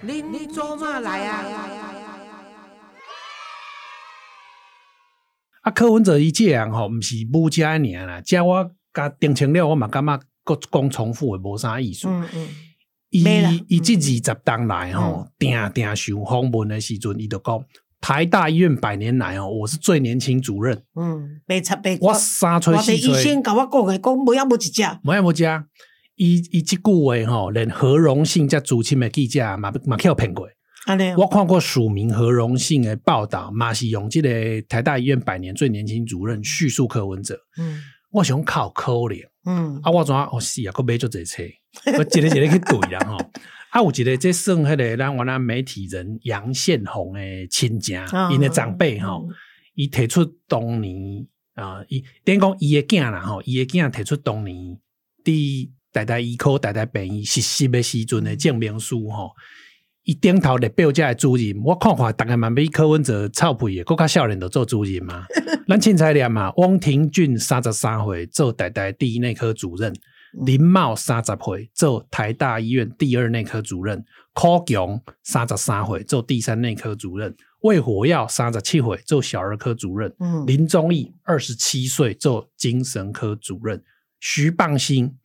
恁做嘛来啊？ 啊，柯文哲伊这样吼，毋是武家尔啦，加我甲定清了，我嘛感觉搁讲重复的无啥意思。伊这20当来吼，定上访问的时阵，伊就讲台大医院100年来我是最年轻主任。 白插白我3岁4岁， 医生甲我讲的，讲无一只， 无一只。伊这句话吼，连何荣幸这资深的记者嘛去互骗过。我看过署名何荣幸的报道，嘛是用这个台大医院100年最年轻主任叙述柯文哲。我想靠可怜。我怎是啊，佫买足侪册，我一个去对啦吼。有一个这算迄个咱我媒体人杨宪宏的亲戚，因的长辈吼，伊提出当年伊等于讲伊的囝啦吼，伊的囝提出当年伫台大医科、台大病院实习的时阵的证明书吼。伊顶头列表这的主任，我看大概嘛比柯文哲臭屁的，佫较少年就做主任嘛。咱凊彩念嘛，汪廷俊33岁做台大第一内科主任，林茂30岁做台大医院第2内科主任，柯强33岁做第3内科主任，魏火耀37岁做小儿科主任，林宗义27岁做精神科主任，徐蚌兴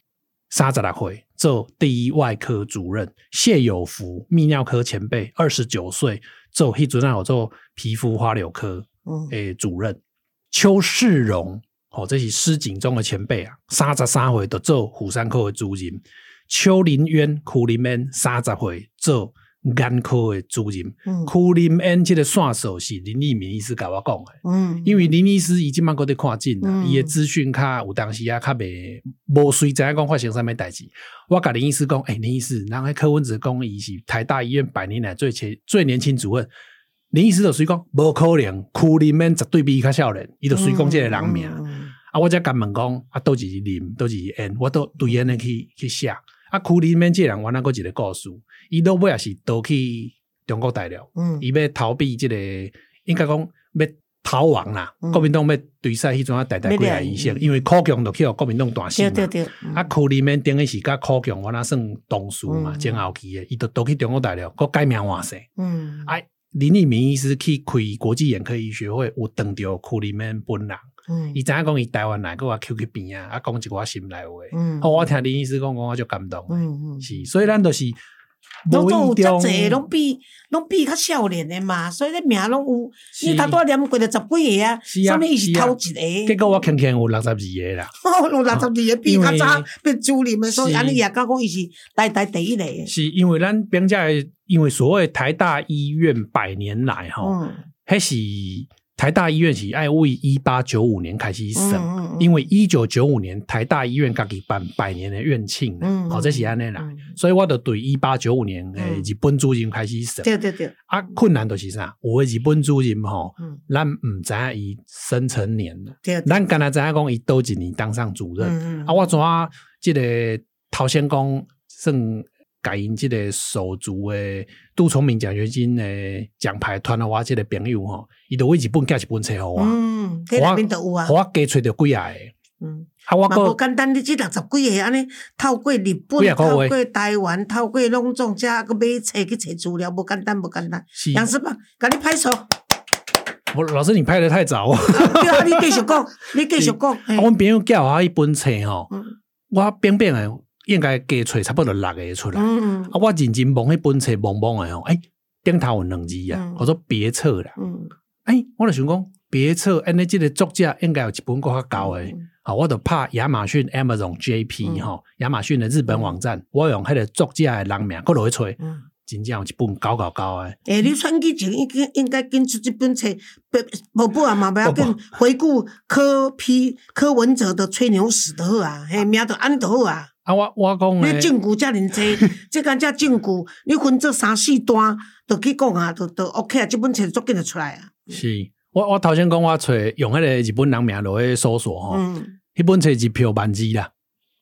36岁做第一外科主任，谢有福泌尿科前辈29岁做迄阵有做皮肤花柳科的主任，邱世荣这是施景中的前辈啊，33岁就做妇产科的主任，邱林渊区林恩30岁做眼科的主任，区林恩这个线索是林立明医师跟我讲的，因为林医师伊现在还在看诊啊，他的资讯较有当时较没随知影讲发生什么事情。我跟林医师讲，林医师，人家柯文哲讲伊是台大医院100年来最年轻主任，林医师就随讲无可能，区林恩绝对比他较少年，伊就随讲这个人名。我才敢问讲倒一是林，倒一是恩，我都对恩的去写。区里面这人原来还有一个故事，伊到尾也是倒去中国大陆，伊要逃避这个，应该讲要逃亡啦。国民党要对赛迄阵台大几个医生，因为柯强就去国民党大死嘛。区里面等于是甲柯强原来算同事嘛，前后期的，伊就倒去中国大陆，佮改名换姓。林立明医师去开国际眼科医学会，有碰到区里面本人。伊知影讲伊台湾来，佮我 Q 去边啊，讲一寡心内话。我听林医师讲，我就感动。是，所以咱就是拢有遮济，拢比较少年的嘛，所以咧名拢有。你头拄念过了10几个啊，啥物伊是头一个。 结果我轻轻有62个啦。 有62个比较早变主任的，所以安尼也讲伊是台第一个。 是因为咱评价，因为所谓台大医院100年来迄是。台大医院是爱为1895年开始审，因为1995年台大医院自己办100年的院庆，这是安尼啦，所以我就对1895年的日本主任开始审。 对。 困难就是啥？有的日本主任咱唔知影伊生成年了，咱敢若知影讲伊倒一年当上主任。我怎这个头先讲算。甲因这个手足的杜聪明奖学金的奖牌传到我这个朋友伊就为日本寄一本册给我， 迄内面都有啊， 我加找到几个嘛无简单，你这60几个安尼透过日本、透过台湾、透过拢总遮个买册去找资料，无简单。杨师傅，甲你拍手。 老师，你拍得太早。 对啊，你继续讲。 我朋友叫我一本册我扁扁的。应该加找差不多6个出来。我认真摸迄本册摸的顶头有2字啊，我说别册啦。我就想讲别册，安尼这个作者应该有一本更较高的。我就拍亚马逊 Amazon JP 亚马逊的日本网站，我用迄个作者的人名，搁落去找，真正有一本高的。 你选举前应该跟出这本册，无本啊嘛，不要紧，回顾柯文哲的吹牛史就好啊，名就安尼就好啊。 我讲你证据遮尔济，这间遮证据，你分做3、4段，就去讲啊，就 OK 啊，这本册足紧就出来啊。 是，我头先讲我找用迄个日本人名落去搜索迄本册1票1万字啦。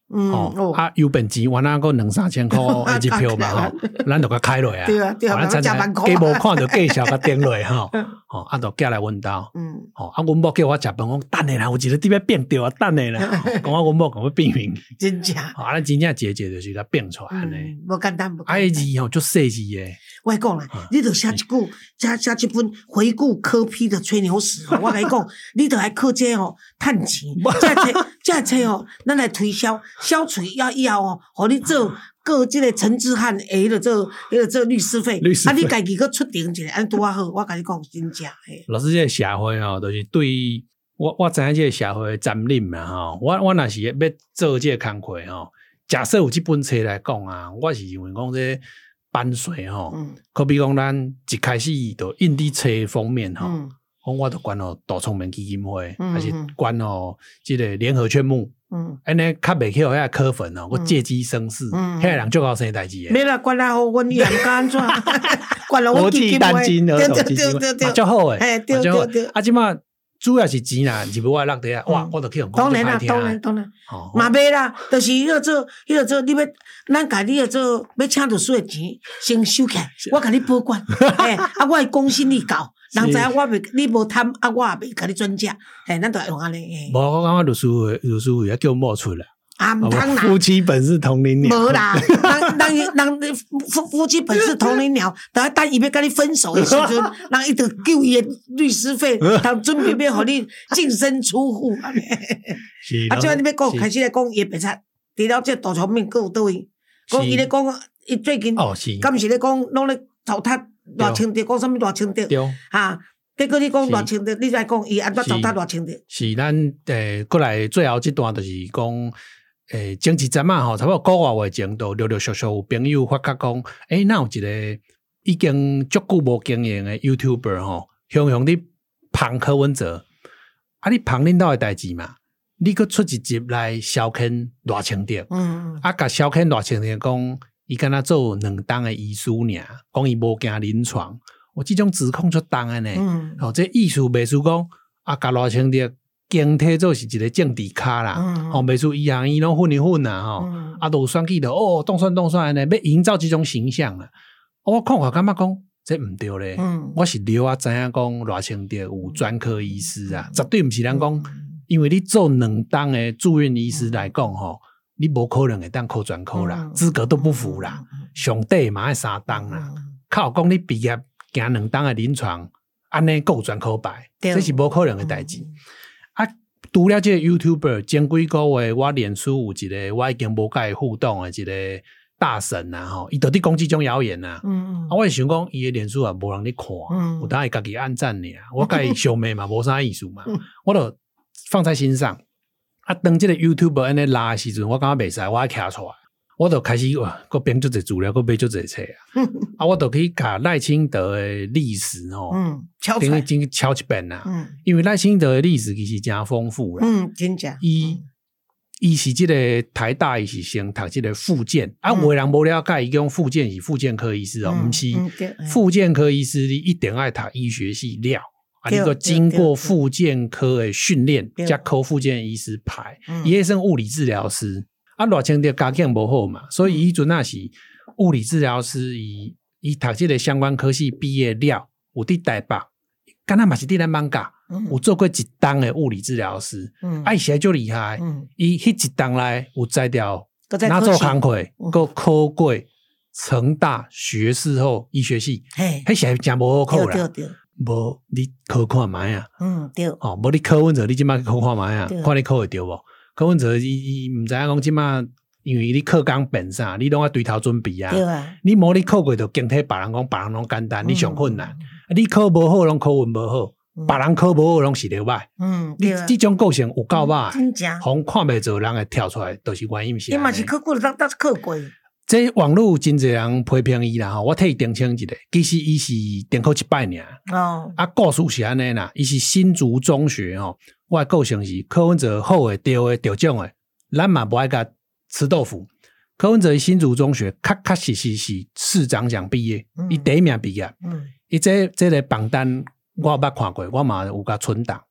油本钱原来个2-3千块一票嘛吼，咱就甲开落啊， 对啊， 咱加万块，加无看就计小甲点落吼，就寄来阮兜，阮某叫我食饭，讲等下啦，有一个伫要变掉啊，等下啦，讲阮某讲要变名， 真正， 咱真正节就是甲变出来安尼， 无简单， 字吼足细字诶。 我讲啦，你著写一句，写一本回顾柯 P 的吹牛史我甲你讲，你著来靠这趁钱，这册咱来推销，消除要互你做过这个陈志汉下了做律师费，你家己搁出庭一下，安拄好，我甲你讲真正诶。 老师，这个社会就是对我知影这个社会的残忍嘛我若是要做这个工课假设有这本册来讲啊，我是认为讲这版税可比讲咱一开始就印伫册封面讲我就管大聪明基金会，还是管这个联合劝募，安尼较袂去遐个科粉我借机生事，遐个人足够生代志诶。 没啦，管啦，互阮严干安怎？管了我基金会， 对，足好诶，对。即马主要是钱啦，是不我落地啊，哇，我就去用讲。 当然，嘛袂啦，就是迄个做，你要咱家己要做，要请律师诶钱先收起来，我甲你保管，我诶公信力高。人知影我袂，你无贪，我也袂甲你转嫁，咱就用安尼。 无，我感觉律师会叫某出来。 毋通啦， 夫妻本是同林鸟。 无啦，人夫妻本是同林鸟，等伊要甲你分手的时阵，人伊就救伊的律师费，当准备要互你净身出户。即摆你要讲开始来讲伊的白菜，除了这大场面，佫有倒位？讲伊咧讲，伊最近敢毋是咧讲，拢咧糟蹋偌清德，讲啥物偌清德？结果你讲偌清德，你再讲伊安怎糟蹋偌清德？是咱过来最后这段就是讲。前一阵差不多个月话前，都陆陆续续有朋友发觉讲，哪有一个已经足久无经营的 YouTuber 雄伫捧柯文哲，你捧恁兜的代志嘛？你搁出一集来消遣偌清德，甲消遣偌清德讲，伊敢若做2档的医师尔，讲伊无行临床，这种指控出重的呢。这意思袂输讲甲偌清德。经体做是一个政治咖啦，袂输伊行伊拢混一混啦，都有选举的动算安尼，要营造这种形象啦。我看感觉讲这毋对咧，我是了知影讲偌清德有专科医师啊，绝对毋是人讲，因为你做2档的住院医师来讲你无可能会当考专科啦，资格都不符啦，上底嘛要3档啦，靠讲你毕业行2档的临床，安尼有专科牌，这是无可能的代志。除了这个 YouTuber 前几个月我脸书有一个我已经无甲伊互动的一个大神伊就伫讲这种谣言我会想讲伊的脸书也无人咧看，有当伊家己按赞尔，我甲伊相骂嘛无啥意思嘛，我就放在心上。当这个 YouTuber 安尼拉的时阵，我感觉袂使，我徛出来，我就开始佫编足侪资料，佫买足侪册我就去甲赖清德的历史等于真敲一遍啦。因为赖清德的历史其实真丰富啦。 真正。 伊是这个台大，伊是先读这个复健有的人无了解，伊讲复健是复健科医师毋是复健科医师，你一定要读医学系了你个经过复健科的训练，才考复健医师牌，伊迄算物理治疗师。偌清德家境无好嘛，所以伊阵是物理治疗师，伊读这个相关科系毕业了，有伫台北，敢若嘛是伫咱艋舺，有做过1档的物理治疗师，伊实在足厉害，伊迄1档内有摘掉，哪做工课，佮考过成大学士后医学系，迄实在真无好考啦。无你考看卖啊， 对， 无你考稳者，你即摆考看卖啊，看你考会着无？考稳者伊毋知影讲即摆，因为你课纲变啥，你拢要对头准备啊。你无你考过着经体，别人讲别人拢简单，你上困难。你考无好，拢考运无好，别人考无好，拢是了歹。你这种个性有够歹，互看袂做人会跳出来，就是原因是。 你嘛是考过，当考过。 这网络真侪人批评伊啦我替伊澄清一下，其实伊是电考100尔。故事是安尼啦，伊是新竹中学我的个性是柯文哲好的对的得奖的，咱嘛不爱甲吃豆腐。柯文哲新竹中学确实是市长奖毕业，伊第1名毕业。伊这个榜单我捌看过，我嘛有甲存档。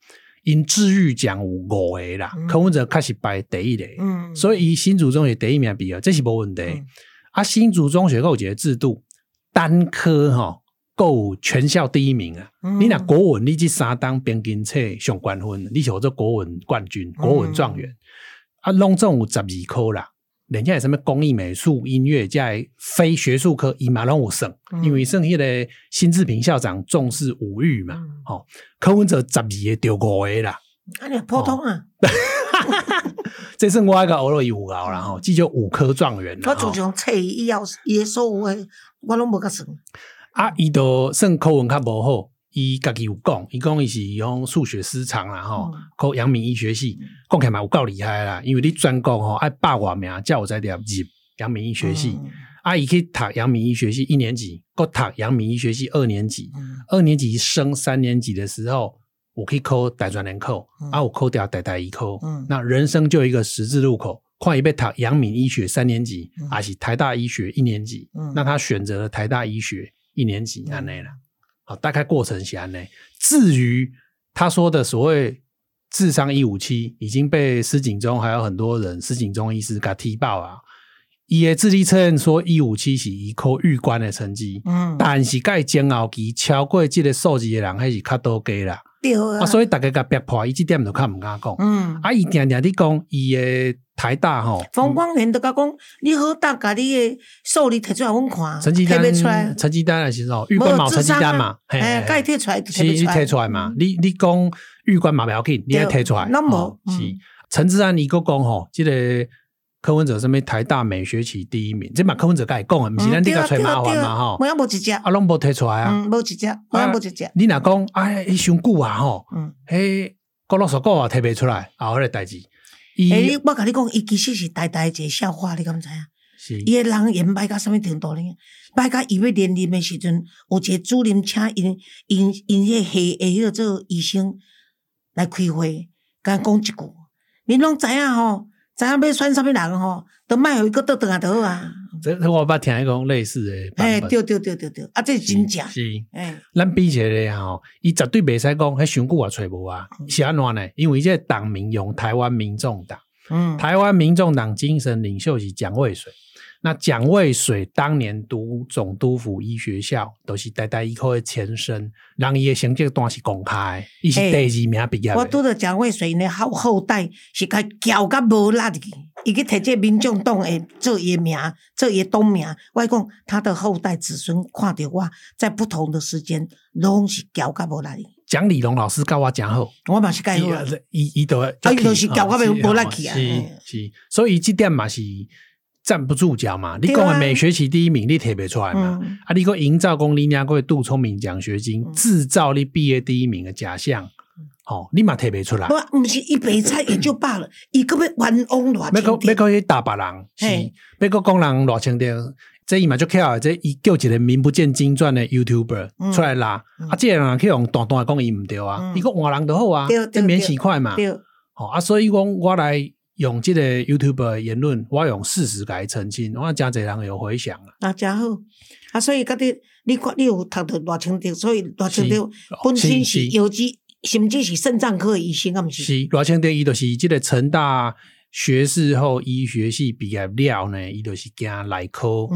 因治愈奖有5个啦，柯文哲开始排第1个，所以新竹中学第1名比这是没问题。新竹中学有一个制度，单科有全校第1名啊。你若国文你这3档平均册上高分，你是做国文冠军、国文状元，拢总有12科啦。人家有什么工艺、美术、音乐，这非学术科伊嘛拢有算，因为算迄个辛志平校长重视五育嘛，柯文哲12个丢5个啦， 你普通啊。 这算我一个学了5高啦，这就5科状元啦。 我自从册伊的所有的我拢无甲算。 伊都算课文较无好。伊家己有讲，伊讲伊是用数学失常啦考阳明医学系，讲起来嘛有够厉害啦，因为你专攻爱100多名才有才入阳明医学系。伊去读阳明医学系1年级，又读阳明医学系2年级，2年级升3年级的时候，我可以考大专联考，我考掉台医科，那人生就有一个十字路口，看伊要读阳明医学3年级，还是台大医学1年级，那他选择了台大医学1年级这样啦。大概过程是这样。至于他说的所谓智商157，已经被施景中还有很多人，施景中医师给他踢爆啊。他的智力测验说157是他考预官的成绩，但是在前后期超过这个数字的人还是较多加啦。 对啊， 所以大家给他逼破，他这点就较不敢讲。他定定在讲他的台大冯光远就甲讲，你好大把你的数字摕出来阮看， 成绩单还是预官嘛，成绩单嘛， 该摕出来， 是你摕出来嘛？你讲预官嘛不要紧，你要摕出来。 那无是陈志安伊个讲这个柯文哲什么台大每学期第1名，这嘛柯文哲甲伊讲的，不是咱这个找麻烦嘛我也无一只， 拢无摕出来啊， 无一只，我也无一只。 你若讲迄伤久啊迄高老师个啊摕袂出来，迄个代志。 我甲你讲，伊其实是大一个笑话，你敢知影？ 是伊的人缘歹到什么程度呢？歹到伊要连任的时阵，有一个主任请因迄系的迄个做医生来开会，甲讲一句：恁拢知影知影要选什么人都莫互伊搁倒转来就好啊。 这我捌听讲类似的版本。 对，这是真正。 是，咱比起来伊绝对袂使讲迄伤久也找无啊。是安怎呢？因为这党名用台湾民众党，台湾民众党精神领袖是蒋渭水。那蒋渭水当年读总督府医学校，都是台大医科的前身，人伊的成绩单是公开的，伊是第2名毕业的。 我拄到蒋渭水呢后代是甲骄甲无力去，伊去摕这民众党的做伊的名，做伊的党名。我讲他的后代子孙看到我在不同的时间，拢是骄甲无力。 蒋理龙老师教我真好， 我嘛是教好， 伊都是骄甲无力去啊。 是，所以这点嘛是站不住脚嘛，你讲的每学期第1名你摕不出来嘛，你讲营造讲你领过杜聪明奖学金，制造你毕业第1名的假象，你嘛摕不出来。 不是伊白菜也就罢了，伊搁要冤枉偌千条， 要搁去打别人，是要搁讲人偌千条，这伊嘛就巧，这伊叫一个名不见经传的 YouTuber 出来拉，这个人去用断断讲伊唔对啊，伊讲换人就好啊，这免洗块嘛，所以讲我来用这个 YouTuber 的言论，我用事实来澄清，我真侪人有回响啊， 真好所以到底你看你有读到偌清条，所以偌清条本身是有机，甚至是肾脏科的医生，毋是？ 是偌清条，伊就是这个成大学士后医学系毕业了呢，伊就是行来考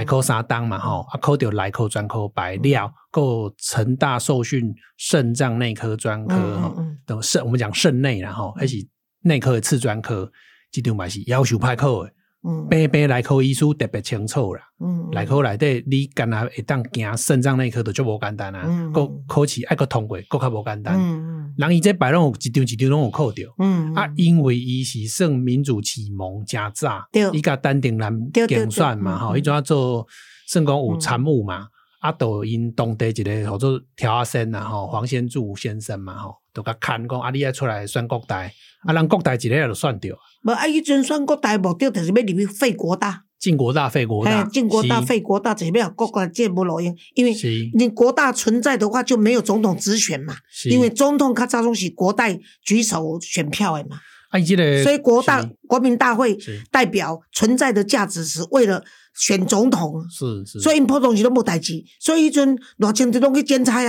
3档嘛考到来考专科白了，够成大受训肾脏内科专科等我们讲肾内啦还是内科的次专科，这张嘛是要求歹考的。病来考医师特别清楚啦。来考内底你干那会当行肾脏内科就无简单啊。考试爱个通过，更较无简单。人伊这摆拢有一张拢有考到。因为伊是算民主启蒙加早，伊甲陈定南竞选嘛，伊怎做算讲有参与嘛。就因当地一个叫做条阿先黄先柱先生嘛就甲看讲你要出来选国大，人国大一个就选到。无迄阵选国大目的就是要入去废国大， 进国大废国大， 进国大废国大就是要国大这无路用，因为你国大存在的话就没有总统直选嘛，因为总统较早拢是国大举手选票的嘛。所以国民大会代表存在的价值是为了选总统， 是， 所以因普通时都无代志，所以迄阵偌清条拢去剪彩啊，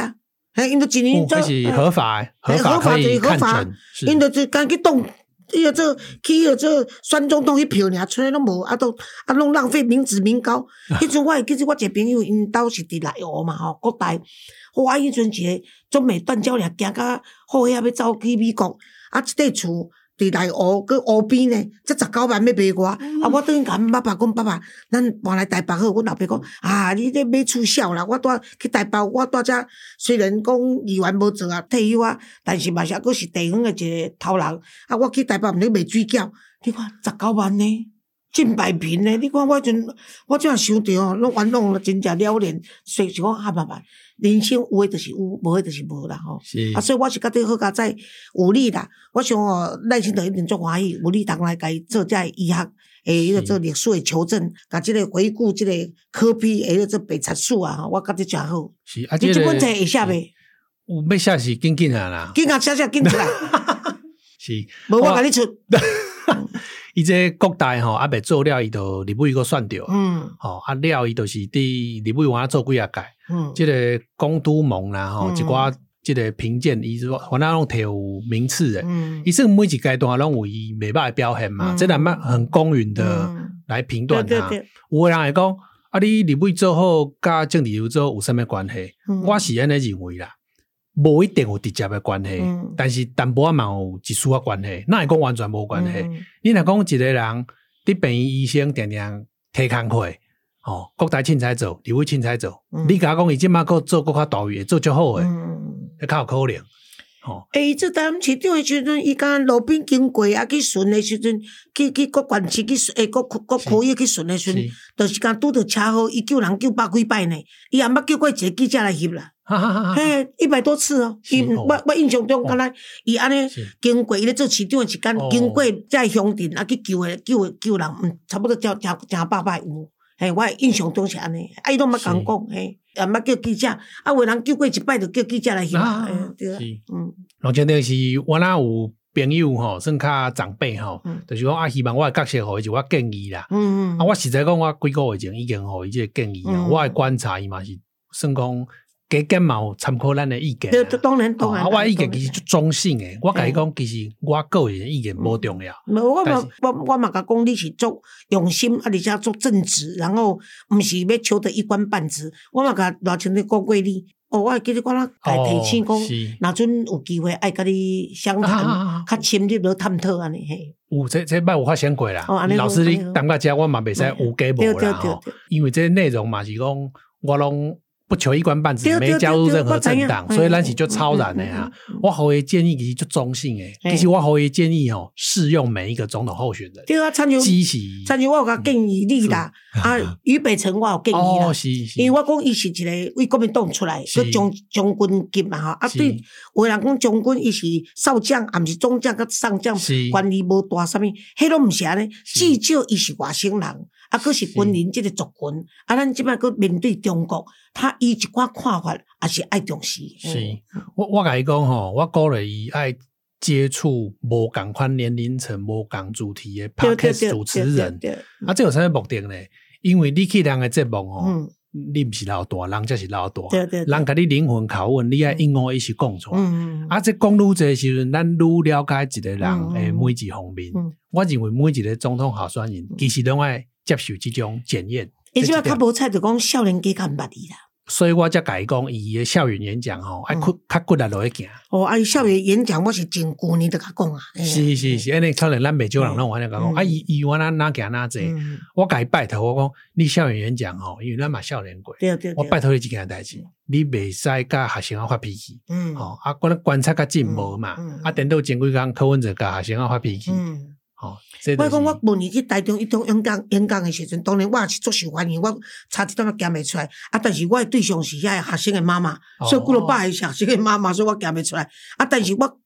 因都一年这是合法可以看诊， 因就是刚去动。去这选总统迄票尔，出来拢无，拢浪费民脂民膏。迄阵我一个朋友，因兜是伫内湖嘛吼，国大。我迄阵一个中美断交尔，行到好遐要走去美国，即块厝伫内湖，搁湖边呢，才19万要卖我。我等于甲阮爸爸讲，爸爸，咱搬来台北好。阮老爸讲，你这买厝小啦，我带去台北，我带遮虽然讲议员无做啊，退休啊，但是嘛是还是地方的一个头人。我去台北毋咧卖水饺，你看19万呢，近百平呢。你看我这样想着拢冤枉了，真正了然。所以是讲爸爸，人生有诶就是有，无诶就是无啦吼。所以我是觉得好佳在有你啦。我想赖清德一定足欢喜，有你当来甲伊做遮医学迄个做历史诶求证，甲即个回顾即个科批迄个做白贼史啊，我觉得真好。 是你即本册会写未？ 有要写是紧紧啊啦， 紧啊写紧出来。 是， 无我甲你出。 伊这国大吼，未做了，伊就立委个选着。了伊就是伫立委往做几啊届。即个公都盟啦吼，一寡即个评鉴，伊说反正拢摕有名次诶。伊说每一阶段拢有伊袂歹诶表现嘛，这咱们很公允的来评断他。有诶人会讲，你立委做好，甲政治做有啥物关系？我是安尼认为啦。无一定有直接的关系，但是淡薄仔嘛有一丝仔关系，哪会讲完全无关系？你若讲一个人伫病院医生定定提工课，国大凊彩做，立委凊彩做，你甲我讲伊即马佫做佫较大位，做足好诶，较有可能。 这台市长诶时阵，伊敢路边经过去巡诶时阵，去各县市去各区域去巡诶时阵，就是敢拄着车祸，伊救人救百几摆呢，伊也捌叫过一个记者来翕啦。100多次哦！我印象中，敢若伊安尼经过伊咧做市长诶时间，经过遮乡镇去救人，差不多正100摆有。我印象中是安尼，伊拢捌讲也捌叫记者，有人救过1摆就叫记者来翕。对， 而且就是我若有朋友吼，算较长辈吼，就是讲希望我诶角色互伊一寡建议啦。我实在讲，我几个月前已经互伊即个建议啦。我诶观察伊嘛是算讲。加减嘛有参考咱的意见， 当然。 我意见其实中性诶，我甲伊讲，其实我个人意见无重要。 我嘛甲讲，你是做用心，而且做正直，然后毋是要求得一官半职。我嘛甲偌清楚讲过你，我会记得我甲提醒讲，若阵有机会爱甲你详谈，较深入了探讨安尼嘿。 有这摆有发生过啦，老师你当到遮，我嘛袂使有假无啦，因为这内容嘛是讲我拢。不求一官半职，没加入任何政党，所以咱是就超然的呀。我互伊建议其实就中性诶，其实我互伊建议适用每一个总统候选人。 对啊，参像我有甲建议你啦，俞北辰我有建议啦，因为我讲伊是一个为国民党出来，佮将军级嘛吼。对，有人讲将军伊是少将，也毋是中将佮上将，权力无大啥物，迄拢毋是安尼。至少伊是外省人。佫是军人即个族群，咱即摆佫面对中国，他伊一寡看法也是爱重视。 是，我甲伊讲吼，我鼓励伊爱接触无共款年龄层、无共主题的 podcast 主持人。这有啥目的呢？因为你去人的节目吼，你毋是老大，人才是老大。人甲你灵魂拷问，你爱永远一起讲出来。这讲愈侪时阵，咱愈了解一个人诶每一方面。我认为每一个总统候选人，其实拢爱接受这种检验， 即摆较无彩就讲少年家较毋捌伊啦。 所以我才甲伊讲，伊的校园演讲吼，爱较骨力落去行。 伊校园演讲我是前旧年就甲讲啊。 是，安尼可能咱袂少人拢有安尼甲讲。伊我哪行哪坐，我甲伊拜托，我讲你校园演讲吼，因为咱嘛少年过，我拜托你一件代志，你袂使甲学生发脾气。我观察较进步嘛，电脑前几工柯文哲甲学生发脾气。 我讲我每年去台中一种演讲的时阵，当然我也是足受欢迎，我差一点仔夹袂出来。但是我的对象是遐学生的妈妈，所以几落百个学生的妈妈，所以我夹袂出来。但是我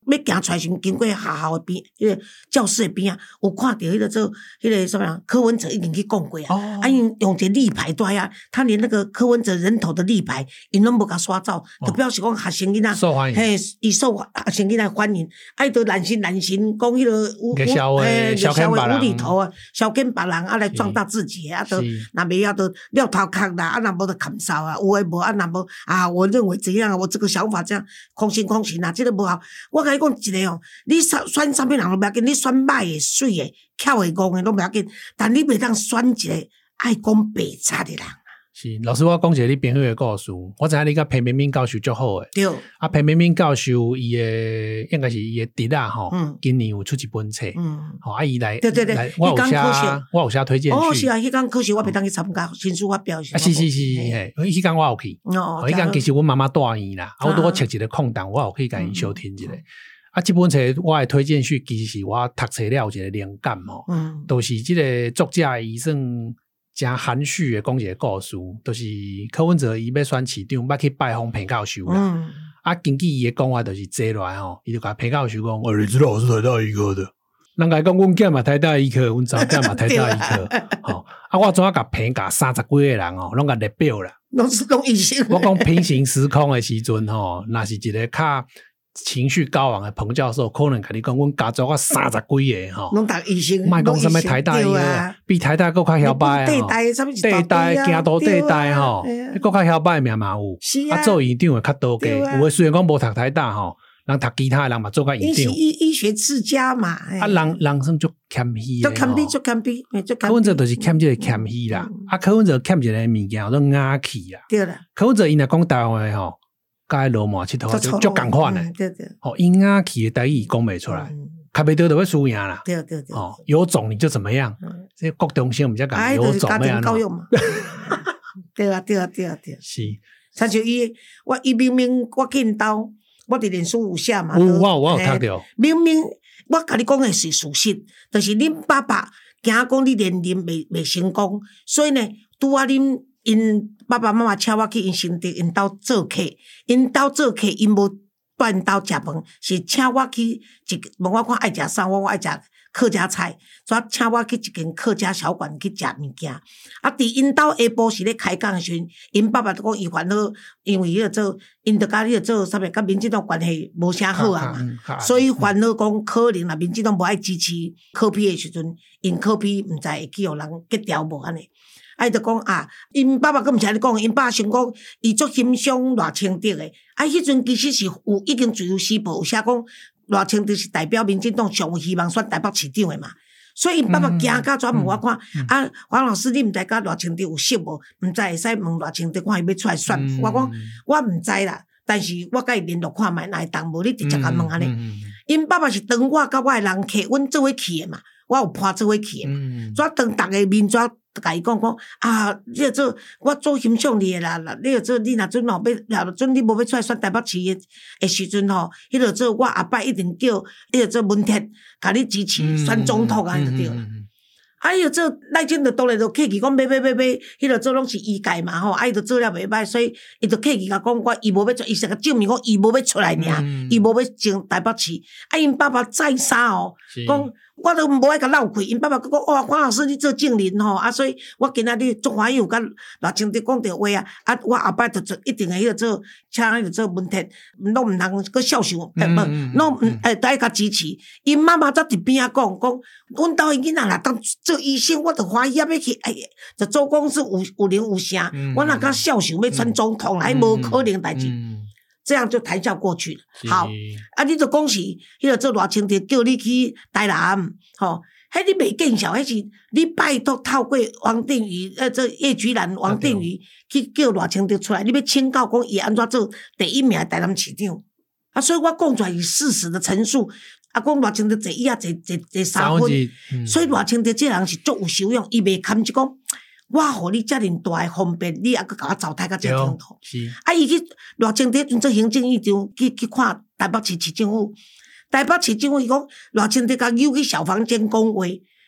要行出来时，经过学校的边，迄个教室的边啊，有看到迄个做迄个什么呀？柯文哲已经去讲过啊，啊，因用一个立牌在啊，他连那个柯文哲人头的立牌，因拢无甲刷走，就表示讲学生囡仔受欢迎， 嘿，伊受学生囡仔欢迎，啊，伊就难心讲迄个小小无厘头啊，消遣别人啊，来壮大自己啊，都若袂晓都撂头壳啦，啊，若无就砍扫啊，有诶无啊，若无啊，我认为怎样啊，我这个想法这样，空心啊，这个无好。我甲你讲一个哦，你选啥物人都不要紧，你选歹诶、水诶、巧诶、戆诶都不要紧，但你袂当选一个爱讲白贼诶人。 是，老师，我讲一个你朋友的故事。我知影你甲裴明明教授足好诶。 对。 啊，裴明明教授伊诶，应该是伊诶侄啊吼，今年有出一本册。好，啊伊来， 对， 我有写推荐序。 哦，是啊，迄工可惜我袂当去参加新书发表。 啊，是，嘿，迄工我有去。哦，迄工其实阮妈妈带伊啦，啊，我切一个空档，我有去甲伊收听一个。啊，这本册我的推荐序其实是我读册了有一个灵感吼，都是即个作者伊算真含蓄的讲一个故事，就是柯文哲伊要选市长，要去拜访裴教授啦。啊，根据伊的讲话，就是坐落来吼，伊就甲裴教授讲：“你知道我是台大医科的。”人家讲阮囝嘛台大医科，阮查囝嘛台大医科。吼，啊，我怎啊甲评价30几个人吼，拢甲列表啦。 拢异性。 我讲平行时空的时阵吼，若是一个较情绪高昂的彭教授，可能跟你讲，阮家族30几个吼， 拢读医生， 莫讲什么台大医个，比台大更较晓摆地带什么地带行到地带吼，更较晓摆命嘛有。啊，做院长的较多个，有的虽然讲无读台大吼，人读其他的人嘛做个院长。 医学世家嘛， 啊，人生足谦虚的， 足谦卑。 柯文哲就是欠这个谦虚啦，啊，柯文哲欠一个物件叫做雅气啦。对啦，柯文哲因若讲台湾话吼。甲罗马佚佗就共款诶， 对， 哦，因雅气诶台语讲袂出来，较袂得就要输赢啦， 对， 哦，有种你就怎么样，这国中生毋才讲有种咩啊？ 教育嘛，对啊， 是， 像像伊明明我去因兜，我伫脸书有写嘛， 我有读着， 明明我甲你讲诶是事实，就是恁爸爸惊讲你连任袂成功，所以呢，拄啊恁。因爸爸妈妈请我去因先伫因兜做客，因无带因兜食饭，是请我去问我看爱食啥，我爱食客家菜，所以请我去一间客家小馆去食物件。啊，伫因兜下晡时咧开讲诶时阵，因爸爸就讲伊烦恼，因为迄个做，因着甲迄个做啥物，甲民进党关系无啥好啊嘛，所以烦恼讲可能啦，民进党无爱支持柯 P 诶时阵，因柯 P 毋知会去互人结条无安尼。啊，伊就讲啊，因爸爸佫毋是安尼讲，因爸想讲，伊足欣赏赖清德诶。啊，迄阵其实是有已经自由时报有写讲，赖清德是代表民进党上有希望选台北市长诶嘛。所以因爸爸惊甲专问我看，啊，黄老师你毋知甲赖清德有熟无？毋知会使问赖清德看伊要出来选。我讲我毋知啦，但是我甲伊联络看觅，若会当无你直接甲问安尼。因爸爸是当我甲我诶人客，阮做伙去诶嘛，我有伴做伙去诶嘛，所以当逐个面纸。甲伊讲啊，你个做我做欣赏你诶啦，你个做你若准吼要准你无要出来选台北市诶时阵吼，迄个做我下摆一定叫迄个做文铁，甲你支持选总统安尼就对了。啊，迄个做赖清德当然就客气讲买，迄个做拢是医界嘛吼，啊伊就做了袂歹，所以伊就客气甲讲伊无要出，伊是甲证明讲伊无要出来尔，伊无要进台北市。啊，因爸爸再三哦，讲。我都无爱甲闹开，因爸爸佫讲哇，黄老师你做证人吼，啊，所以我今仔日足欢喜有甲赖清德讲着话啊，啊，我下摆就做一定会迄个做，请迄个做文体，拢毋通佫孝顺，拢都爱甲支持。因妈妈则伫边仔讲，阮兜诶囡仔若当做医生，我着欢喜要去，就做公司有零有声，我若甲孝顺要选总统，还无可能代志。这样就谈笑过去了。好，啊，你就讲是迄个做赖清德叫你去台南，吼，迄你袂见效，迄是你拜托透过王定宇，这叶菊兰、王定宇去叫赖清德出来，你要请教讲伊安怎做第一名台南市长。啊，所以我讲出来是事实的陈述。啊，讲赖清德坐椅啊，坐3分，所以赖清德这人是足有修养，伊袂堪就讲。我互你遮尔大诶方便，你还佫甲我糟蹋到遮程度。啊，伊去赖清德做行政院长去看台北市市政府，台北市政府伊讲赖清德甲扭去小房间讲话，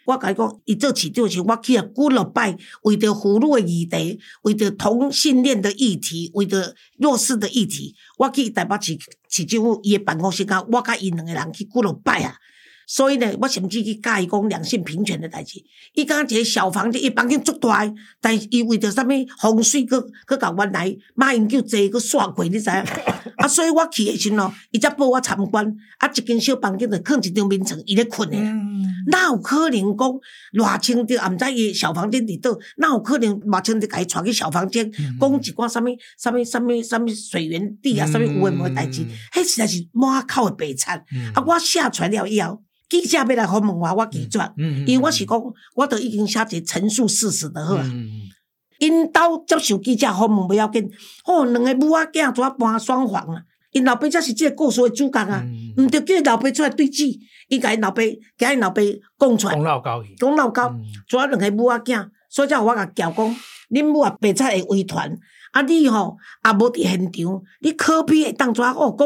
我甲你讲，伊做市长时，我去了几落摆，为着妇女的议题，为着同性恋的议题，为着弱势的议题，我去台北市政府伊的办公室甲我甲伊两个人去几落摆啊。所以呢，我甚至去教伊讲两性平权的代志。伊讲一个小房间，伊房间足大的，但是伊为着啥物风水，佮甲原来马英九坐佮煞过，你知影？啊，所以我去的时阵伊才报我参观。啊，一间小房间就放一张眠床，伊咧困的。哪有可能讲偌清着，也毋知伊小房间伫倒？哪有可能偌清着甲伊带去小房间，讲一寡啥物水源地啊，啥物有诶无诶代志？迄实在是满口的白贼。啊，我写出来了以后。记者要来访问我拒绝，因为我是讲，我都已经写一个陈述事实的好啊。因兜接受记者访问不要紧，两个母仔囝怎搬双房啊？因老爸才是这个故事的主角啊，毋着叫因老爸出来对质，伊甲因老爸讲出来，讲闹交，怎两个母仔囝，所以才有我甲叫讲，恁母啊白菜会维权。啊，你也无伫现场，你可比会当怎讲？我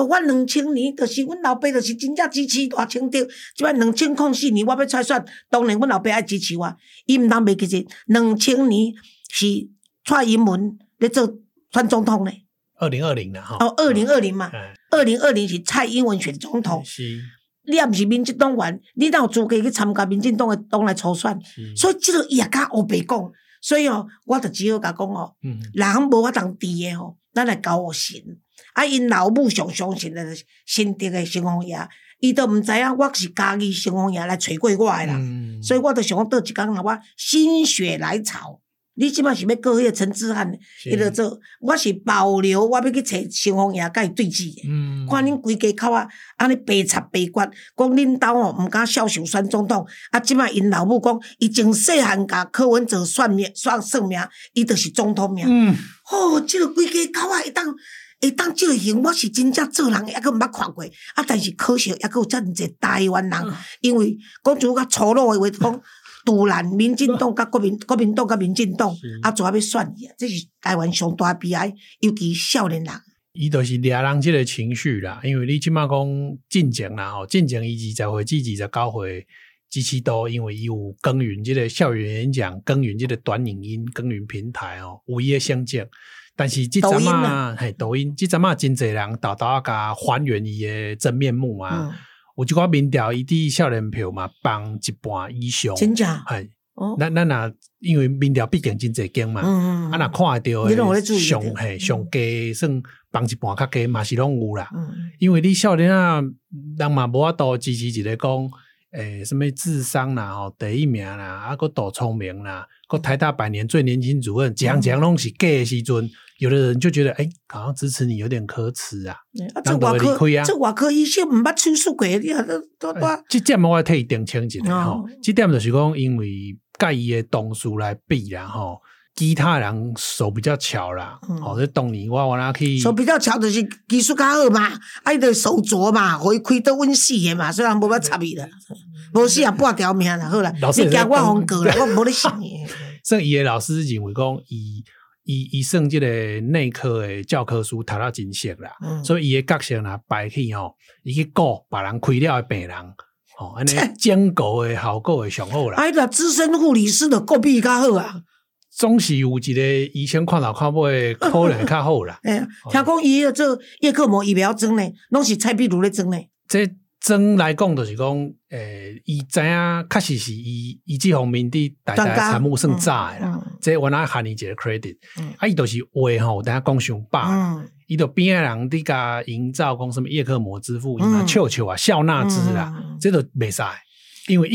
2000年就是阮老爸就是真正支持大清朝，即摆2004年我要出来选，当然阮老爸爱支持我，伊毋通袂记住2000年是蔡英文咧做选总统咧。 2020啦， 哦，2020嘛，2020是蔡英文选总统。 是。 你也毋是民进党员，你哪有资格去参加民进党的党内初选？所以即个伊也甲黑白讲。所以我就只好甲讲人无法当治的咱来交互神。啊，因老母上相信的新竹的城隍爷，伊都毋知影我是家己城隍爷来找过我的人，所以我就想讲，倒一天若我心血来潮。你即摆是要告迄个陈志汉，伊就做，我是保留，我要去找城隍爷甲伊对峙的。看恁规家口啊，安尼白插白骨，讲恁兜毋敢孝顺选总统，啊，即摆因老母讲，伊从细汉甲柯文哲算命，伊就是总统命。即个规家口啊，会当这个型，我是真正做人抑佫毋捌看过，啊，但是可惜抑佫有遮尔济台湾人，因为讲就较粗鲁的话，讲。突然，民进党甲国民党甲民进党，怎要选伊啊？这是台湾上大悲哀，尤其少年人。 伊就是抓人这个情绪啦，因为你即马讲进前啦，进前伊20岁至29岁支持度，因为伊有耕耘这个校园演讲，耕耘这个短影音，耕耘平台有伊的成绩。但是即阵啊，抖音即阵啊，真侪人豆豆甲还原伊的真面目啊。有一寡民调，伊伫少年票嘛放一半以上， 真正系。咱若因为民调毕竟真侪间嘛，若看会到上加算放一半较加嘛是拢有啦。因为你少年啊，人嘛无法度支持一个讲什么智商啦、第1名啦，啊，佫多聪明啦，佫台大100年最年轻主任，一样拢是假的时阵。有的人就觉得，好像支持你有点可耻啊。 这外科医生毋捌手术过，你这点我替伊澄清一下这点就是讲，因为甲伊的同事来比啦其他人手比较巧啦。这当年我哪去手比较巧，就是技术较好嘛，伊就手镯嘛，互伊开刀阮死的嘛，所以人无要插伊啦。无死也半条命啦，好啦，你惊我风格啦，我无咧想伊。 所以伊的老师认为讲伊算即个内科的教科书读到真熟啦，所以伊的角色若摆去伊去顾别人开了的病人，安尼整个的效果会上好啦。 那资深护理师的顾比较好啊， 总是有一个医生看头看尾可能较好啦。 听讲伊要做叶克膜疫苗针呢，拢是蔡壁如咧针呢。 这针来讲，就是讲，伊知影确实是伊这方面伫大家参谋算早的啦。这我哪喊伊一个 credit，伊就是话等下讲上饱，伊就边个人伫甲营造讲什么叶克膜之父，伊嘛笑笑啊，笑纳之啦，这都袂使。因为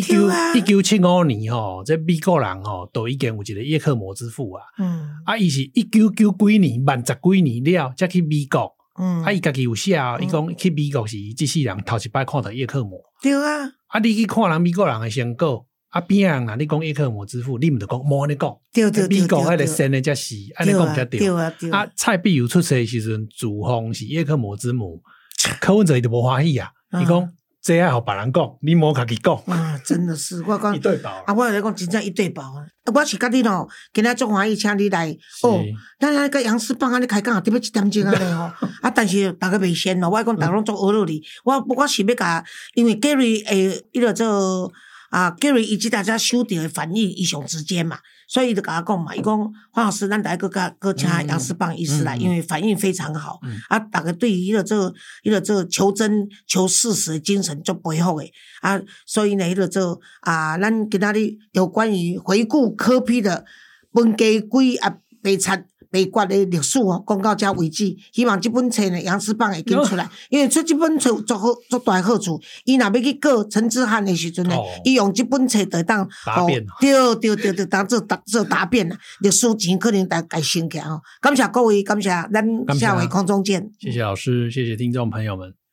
1975年这美国人都已经有一个叶克膜之父啊，伊是1990几年万十几年了才去美国。伊家己有写伊讲去美国是这世人头一摆看到叶克膜。 对啊， 你去看人美国人的成果，边人若你讲叶克膜之父，你毋着讲无安尼讲。 对， 美国迄个先的才是安尼讲才对。蔡壁如出世的时阵，自封是叶克膜之母，柯文哲伊就无欢喜啊，伊讲。这要互别人讲，你莫家己讲真的是我讲一对宝我来讲真正一对宝我是甲你今仔足欢喜请你来咱来甲杨世邦安尼开讲特别1点钟安尼但是大家袂先我讲大家拢做学落哩我是要甲因为 Gary 伊就做 Gary 伊即大家收到的反应异常直接嘛，所以伊就甲我讲嘛，伊讲黄老师，咱大家搁请杨世棒医师来，因为反应非常好，大家对于迄个求真求事实的精神足佩服的所以呢，咱今仔日有关于回顾柯 P 的文家鬼白贼白骨的历史讲到这为止，希望这本册呢杨世棒会紧出来，因为出这本册足大好处，伊若要去告陈之汉的时阵呢，伊用这本册就当对当做答辩啦，历史钱可能家升起感谢各位，感谢咱下回空中见， 谢谢老师，谢谢听众朋友们。